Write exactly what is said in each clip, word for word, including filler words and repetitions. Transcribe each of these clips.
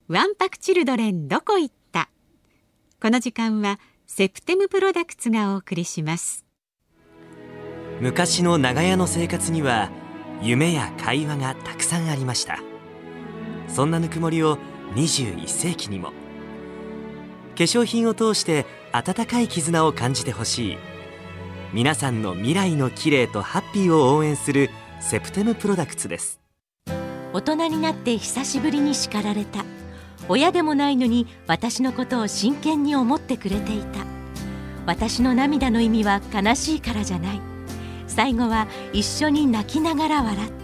わんぱくチルドレンどこ行った。この時間はセプテムプロダクツがお送りします。 昔の長屋の生活には夢や会話がたくさんありました。そんなぬくもりをにじゅういっせいきにも。化粧品を通して温かい絆を感じてほしい。皆さんの未来の綺麗とハッピーを応援するセプテムプロダクツです。 大人になって久しぶりに叱られた。親でもないのに私のことを真剣に思ってくれていた。私の涙の意味は悲しいからじゃない。最後は一緒に泣きながら笑った。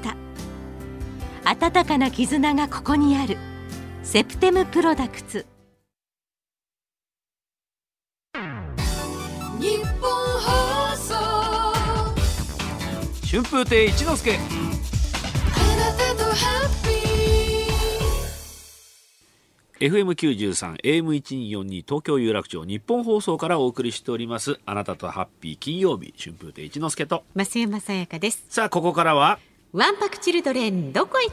温かな絆がここにある。セプテムプロダクツ。 日本放送春風亭一之輔、 あなたとハッピーエフエムきゅうじゅうさん エーエムせんにひゃくよんじゅうに 東京有楽町日本放送からお送りしておりますあなたとハッピー金曜日、春風亭一之輔と増山さやかです。 さあここからはわんぱくチルドレンどこ行った。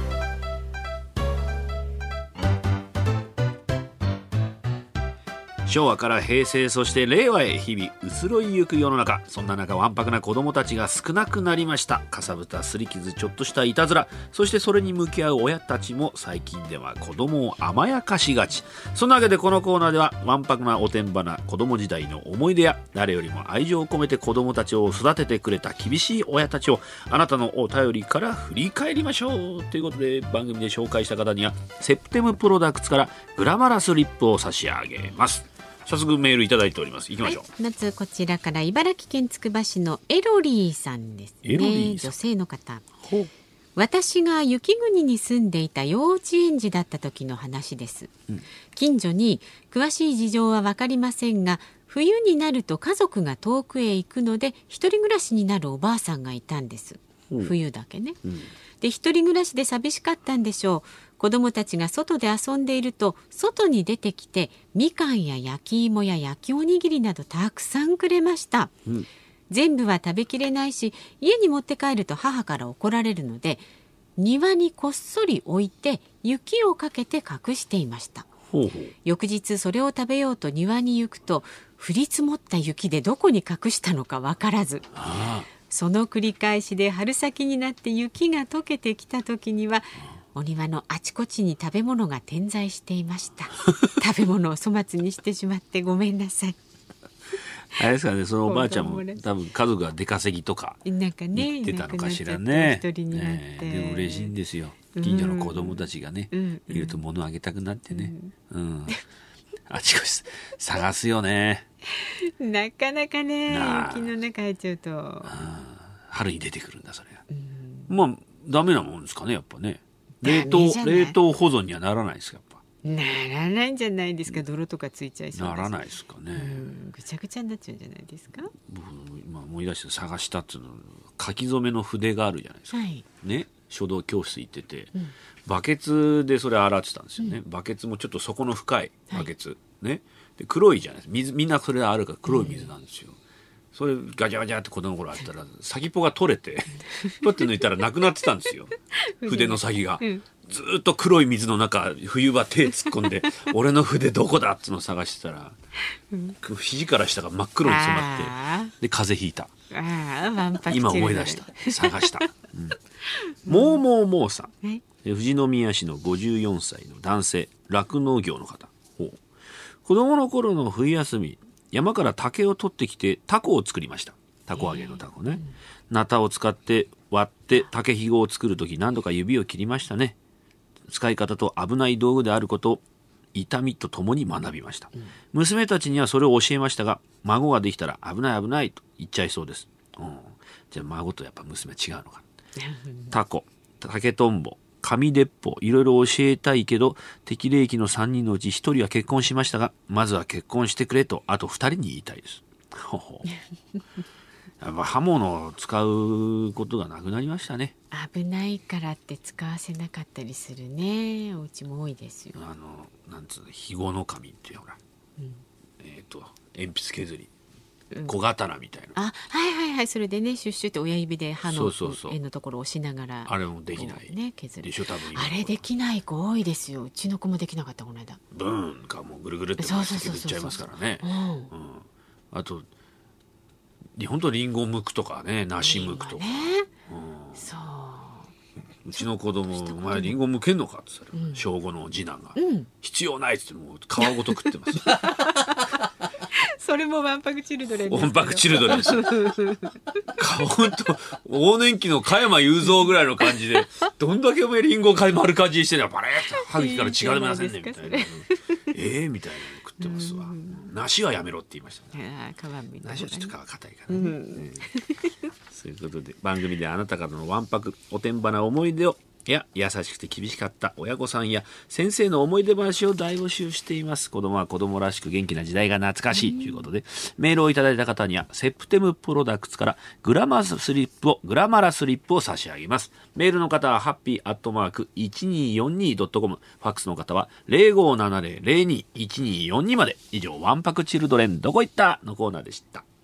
昭和から平成、そして令和へ日々移ろいゆく世の中。そんな中、わんぱくな子供たちが少なくなりました。かさぶた、すり傷、ちょっとしたいたずら、そしてそれに向き合う親たちも最近では子供を甘やかしがち。そんなわけでこのコーナーではわんぱくなおてんばな子供時代の思い出や、誰よりも愛情を込めて子供たちを育ててくれた厳しい親たちをあなたのお便りから振り返りましょうということで、番組で紹介した方にはセプテムプロダクツからグラマラスリップを差し上げます。早速メールいただいております。行きましょう、 はい、まずこちらから茨城県つくば市のエロリーさんですね。 エロリーさん、 女性の方。 ほう。 私が雪国に住んでいた幼稚園児だった時の話です、うん、近所に詳しい事情は分かりませんが、冬になると家族が遠くへ行くので一人暮らしになるおばあさんがいたんです、うん、冬だけね、うん、で一人暮らしで寂しかったんでしょう。子供たちが外で遊んでいると外に出てきてみかんや焼き芋や焼きおにぎりなどたくさんくれました、うん、全部は食べきれないし家に持って帰ると母から怒られるので庭にこっそり置いて雪をかけて隠していました。 ほうほう。 翌日それを食べようと庭に行くと降り積もった雪でどこに隠したのか分からず、 ああ、 その繰り返しで春先になって雪が溶けてきた時にはお庭のあちこちに食べ物が点在していました食べ物を粗末にしてしまってごめんなさい。 あれですかね、そのおばあちゃんも多分家族が出稼ぎとかなんかね、 行ってたのかしらね。 一人になって、 えー、でも嬉しいんですよ。近所の子供たちがね、うん、いると物をあげたくなってね、うんうん、あちこち探すよねなかなかね、雪の中入っちゃうと春に出てくるんだそれが、 うん、 まあダメなもんですかね、やっぱね。冷凍冷凍保存にはならないですか、やっぱ。 ならないんじゃないですか。泥とかついちゃいそうです。 ならないですかね、うん、 ぐちゃぐちゃになっちゃうんじゃないですか。 僕今思い出して探したっていうの、書き初めの筆があるじゃないですか、はい、ね、書道教室行ってて、うん、バケツでそれ洗ってたんですよね、うん、バケツもちょっと底の深いバケツ、はい、ね、で黒いじゃないですか、水、みんなそれあるから黒い水なんですよ、うん、それガチャガチャって子供の頃あったら先っぽが取れてパッて抜いたらなくなってたんですよ筆の先が、うん、ずっと黒い水の中冬場手突っ込んで俺の筆どこだってのを探してたら、うん、肘から下が真っ黒に染まって、で風邪ひいた。 あワンパ今思い出した、探した、うん、もうもうもうさん、富士宮市のごじゅうよんさいの男性、酪農業の方。ほう。子供の頃の冬休み、山から竹を取ってきてタコを作りました。タコ揚げのタコね、ナタを使って割って竹ひごを作るとき何度か指を切りましたね。使い方と危ない道具であることを痛みとともに学びました、うん、娘たちにはそれを教えましたが、孫ができたら危ない危ないと言っちゃいそうです、うん、じゃあ孫とやっぱ娘は違うのかタコ、竹とんぼ、紙鉄砲、いろいろ教えたいけど適齢期のさんにんのうちひとりは結婚しましたが、まずは結婚してくれとあとふたりに言いたいですほほやっぱ刃物を使うことがなくなりましたね。 危ないからって使わせなかったりするね、お家も多いですよ。 あのなんつうの、ひごの紙ってほら、うん、えっ、ー、と鉛筆削り小刀みたいな、 あ、はいはいはい、それでねシュッシュって親指で歯のそうそうそう円のところを押しながらあれもできないね、削るでしょ多分今あれできない子多いですよ。うちの子もできなかったこの間。 ブーンかもうぐるぐるって回して削っちゃいますからね。 うんうん、あと本当リンゴを剥くとかね、梨剥くとか、 ね、 うん、 そううちの子供お前リンゴ剥けんのかって言ったら、 うん、 小ごの次男が、 うん、 必要ないって言ってもう皮ごと食ってますそれもわんぱくチルドレンです。 わんぱくチルドレンです本当往年期の加山雄三ぐらいの感じでどんだけお前リンゴを丸かじりしてんだバレーって歯茎から血が出ませんねみたいなええみたいなの食ってますわ。梨はやめろって言いましたね。梨はちょっと皮硬いからね、うん、そういうことで番組であなたからのわんぱくおてんばな思い出をや優しくて厳しかった親御さんや先生の思い出話を大募集しています。子供は子供らしく元気な時代が懐かしいということで、メールをいただいた方にはセプテムプロダクツからグラマラスリップをグラマラスリップを差し上げます。メールの方はハッピーアットマーク いちにーよんにードットコム、ファックスの方は ゼロごーななゼロゼロにーいちにーよんにーまで。以上、わんぱくチルドレンどこ行ったのコーナーでした。